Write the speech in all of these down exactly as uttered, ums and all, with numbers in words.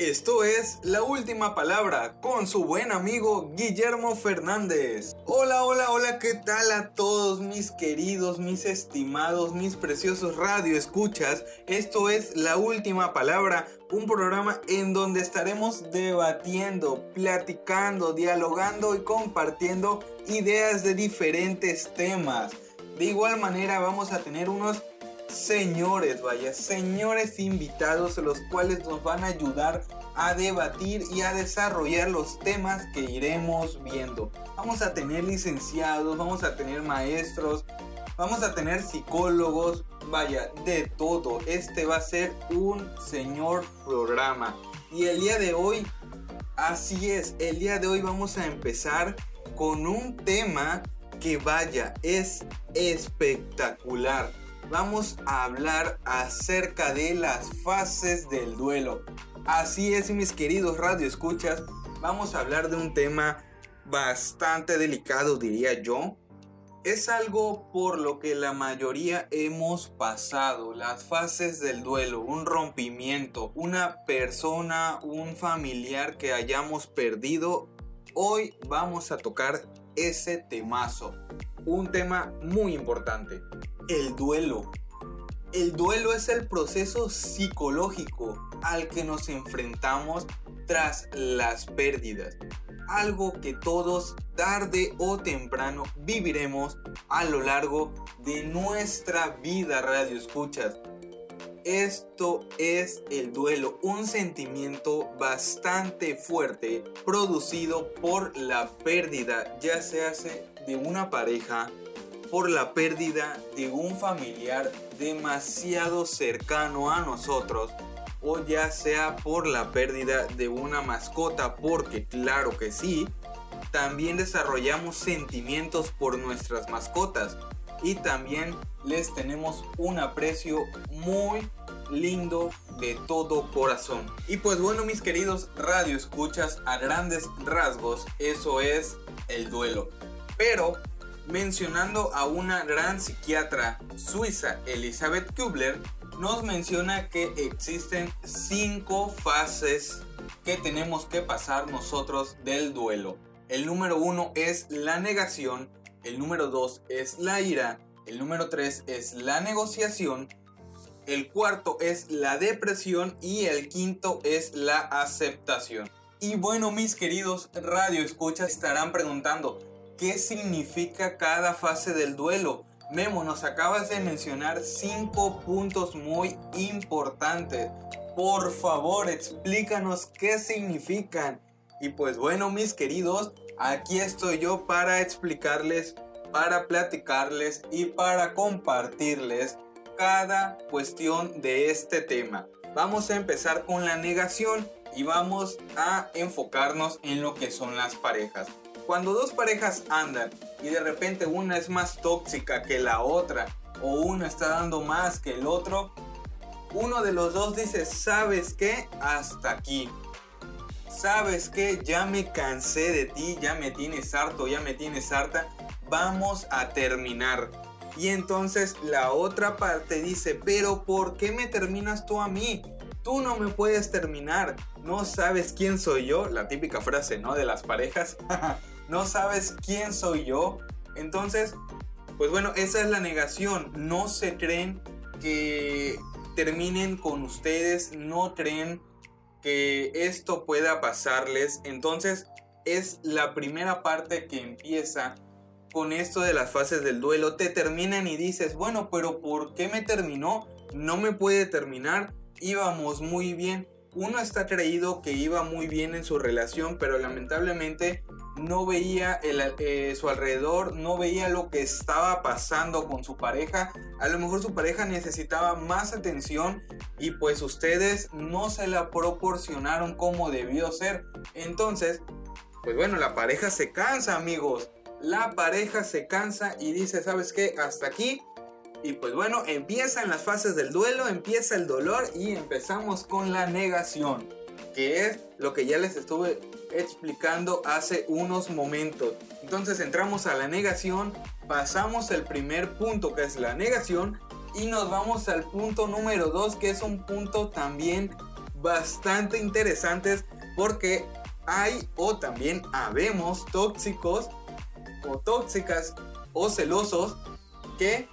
Esto es La Última Palabra con su buen amigo Guillermo Fernández. Hola, hola, hola, ¿qué tal a todos mis queridos, mis estimados, mis preciosos radioescuchas? Esto es La Última Palabra, un programa en donde estaremos debatiendo, platicando, dialogando y compartiendo ideas de diferentes temas. De igual manera vamos a tener unos señores, vaya, señores invitados, los cuales nos van a ayudar a debatir y a desarrollar los temas que iremos viendo. Vamos a tener licenciados, vamos a tener maestros, vamos a tener psicólogos, vaya, de todo. Este va a ser un señor programa. Y el día de hoy, así es, el día de hoy vamos a empezar con un tema que vaya, es espectacular. Vamos a hablar acerca de las fases del duelo. Así es, mis queridos radioescuchas, vamos a hablar de un tema bastante delicado, diría yo. Es algo por lo que la mayoría hemos pasado, las fases del duelo, un rompimiento, una persona, un familiar que hayamos perdido. Hoy vamos a tocar ese temazo, un tema muy importante. El duelo. El duelo es el proceso psicológico al que nos enfrentamos tras las pérdidas. Algo que todos, tarde o temprano, viviremos a lo largo de nuestra vida, radioescuchas. Esto es el duelo, un sentimiento bastante fuerte producido por la pérdida, ya sea de una pareja, por la pérdida de un familiar demasiado cercano a nosotros, o ya sea por la pérdida de una mascota, porque claro que sí, también desarrollamos sentimientos por nuestras mascotas y también les tenemos un aprecio muy lindo de todo corazón. Y pues bueno, mis queridos radioescuchas, a grandes rasgos eso es el duelo. Pero mencionando a una gran psiquiatra suiza, Elisabeth Kübler, nos menciona que existen cinco fases que tenemos que pasar nosotros del duelo. El número uno es la negación, el número dos es la ira, el número tres es la negociación, el cuarto es la depresión y el quinto es la aceptación. Y bueno, mis queridos radioescuchas, estarán preguntando, ¿qué significa cada fase del duelo? Memo, nos acabas de mencionar cinco puntos muy importantes. Por favor, explícanos qué significan. Y pues bueno, mis queridos, aquí estoy yo para explicarles, para platicarles y para compartirles cada cuestión de este tema. Vamos a empezar con la negación y vamos a enfocarnos en lo que son las parejas. Cuando dos parejas andan y de repente una es más tóxica que la otra, o uno está dando más que el otro, uno de los dos dice, ¿sabes qué? Hasta aquí. ¿Sabes qué? Ya me cansé de ti, ya me tienes harto, ya me tienes harta, vamos a terminar. Y entonces la otra parte dice, pero ¿por qué me terminas tú a mí? Tú no me puedes terminar, ¿no sabes quién soy yo? La típica frase, ¿no? De las parejas. ¿No sabes quién soy yo? Entonces, pues bueno, esa es la negación. No se creen que terminen con ustedes, no creen que esto pueda pasarles. Entonces, es la primera parte que empieza con esto de las fases del duelo. Te terminan y dices, bueno, pero ¿por qué me terminó? No me puede terminar. Íbamos muy bien. Uno está creído que iba muy bien en su relación, pero lamentablemente no veía el, eh, su alrededor, no veía lo que estaba pasando con su pareja. A lo mejor su pareja necesitaba más atención y pues ustedes no se la proporcionaron como debió ser. Entonces, pues bueno, la pareja se cansa, amigos. La pareja se cansa y dice, ¿sabes qué? Hasta aquí. Y pues bueno, empiezan las fases del duelo, empieza el dolor y empezamos con la negación, que es lo que ya les estuve explicando hace unos momentos. Entonces entramos a la negación, pasamos el primer punto que es la negación y nos vamos al punto número dos, que es un punto también bastante interesantes porque hay o también habemos tóxicos o tóxicas o celosos que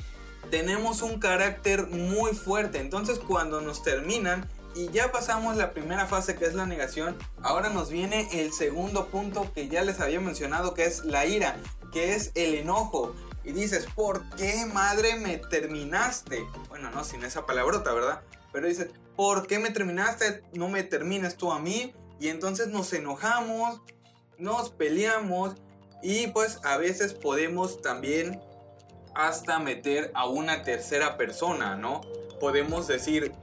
tenemos un carácter muy fuerte. Entonces cuando nos terminan y ya pasamos la primera fase, que es la negación, ahora nos viene el segundo punto que ya les había mencionado, que es la ira, que es el enojo. Y dices, ¿por qué, madre, me terminaste? Bueno, no sin esa palabrota, ¿verdad? Pero dices, ¿por qué me terminaste? No me termines tú a mí. Y entonces nos enojamos, nos peleamos y pues a veces podemos también hasta meter a una tercera persona, ¿no? Podemos decir,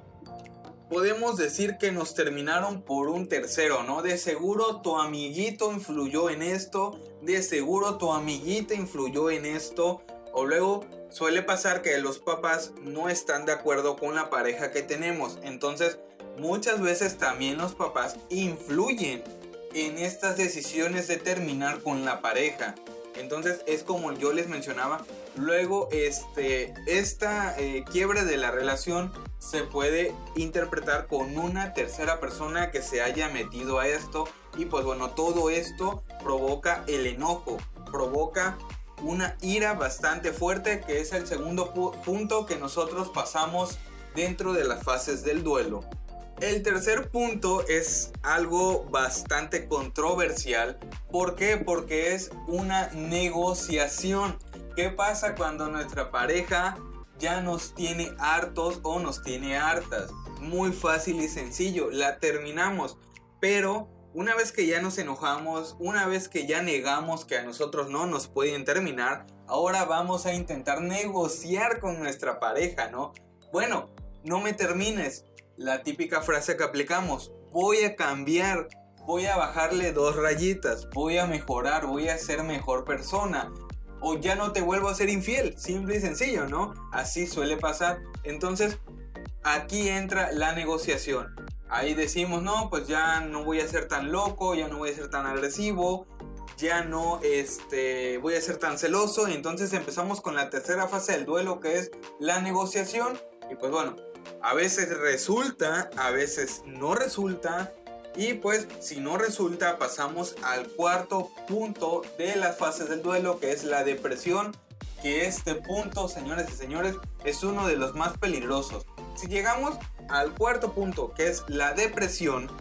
podemos decir que nos terminaron por un tercero, ¿no? De seguro tu amiguito influyó en esto, de seguro tu amiguita influyó en esto. O luego suele pasar que los papás no están de acuerdo con la pareja que tenemos. Entonces muchas veces también los papás influyen en estas decisiones de terminar con la pareja. Entonces es como yo les mencionaba, luego este, esta eh, quiebre de la relación se puede interpretar con una tercera persona que se haya metido a esto. Y pues bueno, todo esto provoca el enojo, provoca una ira bastante fuerte, que es el segundo pu- punto que nosotros pasamos dentro de las fases del duelo. El tercer punto es algo bastante controversial. ¿Por qué? Porque es una negociación. ¿Qué pasa cuando nuestra pareja ya nos tiene hartos o nos tiene hartas? Muy fácil y sencillo, la terminamos. Pero una vez que ya nos enojamos, una vez que ya negamos que a nosotros no nos pueden terminar, ahora vamos a intentar negociar con nuestra pareja, ¿no? Bueno, no me termines. La típica frase que aplicamos, voy a cambiar, voy a bajarle dos rayitas, voy a mejorar, voy a ser mejor persona. O ya no te vuelvo a ser infiel, simple y sencillo, ¿no? Así suele pasar. Entonces, aquí entra la negociación. Ahí decimos, no, pues ya no voy a ser tan loco, ya no voy a ser tan agresivo, ya no este, voy a ser tan celoso. Y entonces empezamos con la tercera fase del duelo, que es la negociación. Y pues bueno, a veces resulta, a veces no resulta. Y pues si no resulta, pasamos al cuarto punto de las fases del duelo, que es la depresión. Que este punto, señores y señores, es uno de los más peligrosos. Si llegamos al cuarto punto, que es la depresión,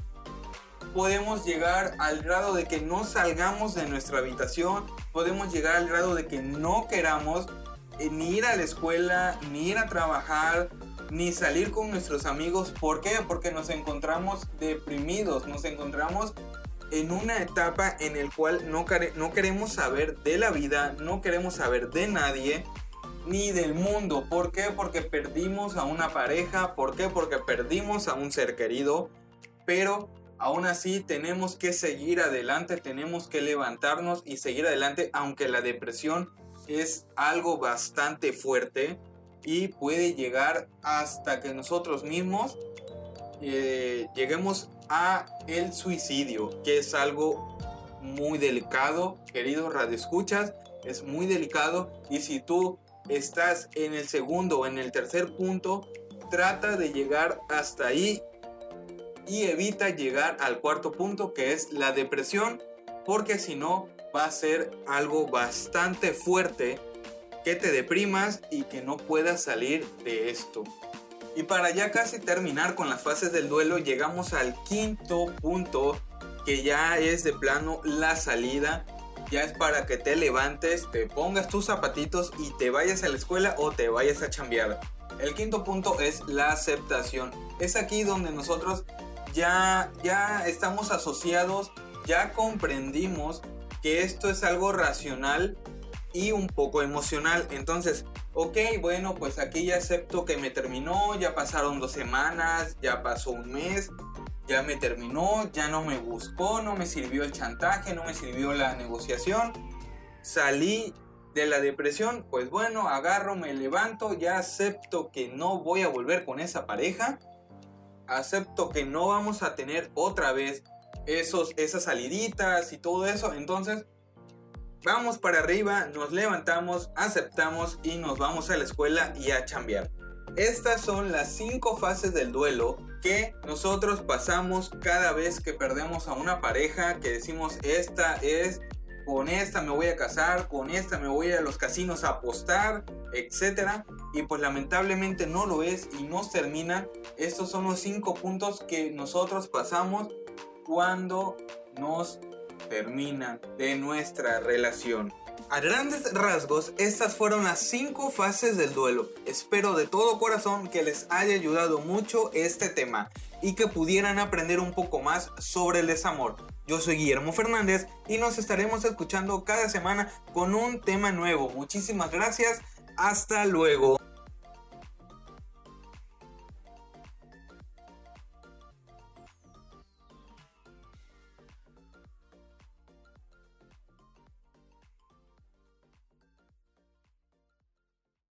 podemos llegar al grado de que no salgamos de nuestra habitación. Podemos llegar al grado de que no queramos eh, ni ir a la escuela, ni ir a trabajar, ni salir con nuestros amigos. ¿Por qué? Porque nos encontramos deprimidos, nos encontramos en una etapa en el cual no, no queremos saber de la vida, no queremos saber de nadie, ni del mundo. ¿Por qué? Porque perdimos a una pareja. ¿Por qué? Porque perdimos a un ser querido. Pero aún así tenemos que seguir adelante, tenemos que levantarnos y seguir adelante, aunque la depresión es algo bastante fuerte y puede llegar hasta que nosotros mismos eh, lleguemos a el suicidio, que es algo muy delicado, queridos radioescuchas, es muy delicado. Y si tú estás en el segundo o en el tercer punto, trata de llegar hasta ahí y evita llegar al cuarto punto, que es la depresión, porque si no va a ser algo bastante fuerte, que te deprimas y que no puedas salir de esto. Y para ya casi terminar con las fases del duelo, llegamos al quinto punto, que ya es de plano la salida. Ya es para que te levantes, te pongas tus zapatitos y te vayas a la escuela o te vayas a chambear. El quinto punto es la aceptación. Es aquí donde nosotros ya, ya estamos asociados, ya comprendimos que esto es algo racional y un poco emocional. Entonces, ok, bueno, pues aquí ya acepto que me terminó, ya pasaron dos semanas, ya pasó un mes, ya me terminó, ya no me buscó, no me sirvió el chantaje, no me sirvió la negociación, salí de la depresión. Pues bueno, agarro, me levanto, ya acepto que no voy a volver con esa pareja, acepto que no vamos a tener otra vez esos, esas saliditas y todo eso. Entonces vamos para arriba, nos levantamos, aceptamos y nos vamos a la escuela y a chambear. Estas son las cinco fases del duelo que nosotros pasamos cada vez que perdemos a una pareja, que decimos esta es, con esta me voy a casar, con esta me voy a los casinos a apostar, etcétera. Y pues lamentablemente no lo es y nos termina. Estos son los cinco puntos que nosotros pasamos cuando nos termina de nuestra relación. A grandes rasgos, estas fueron las cinco fases del duelo. Espero de todo corazón que les haya ayudado mucho este tema y que pudieran aprender un poco más sobre el desamor. Yo soy Guillermo Fernández y nos estaremos escuchando cada semana con un tema nuevo. Muchísimas gracias. Hasta luego.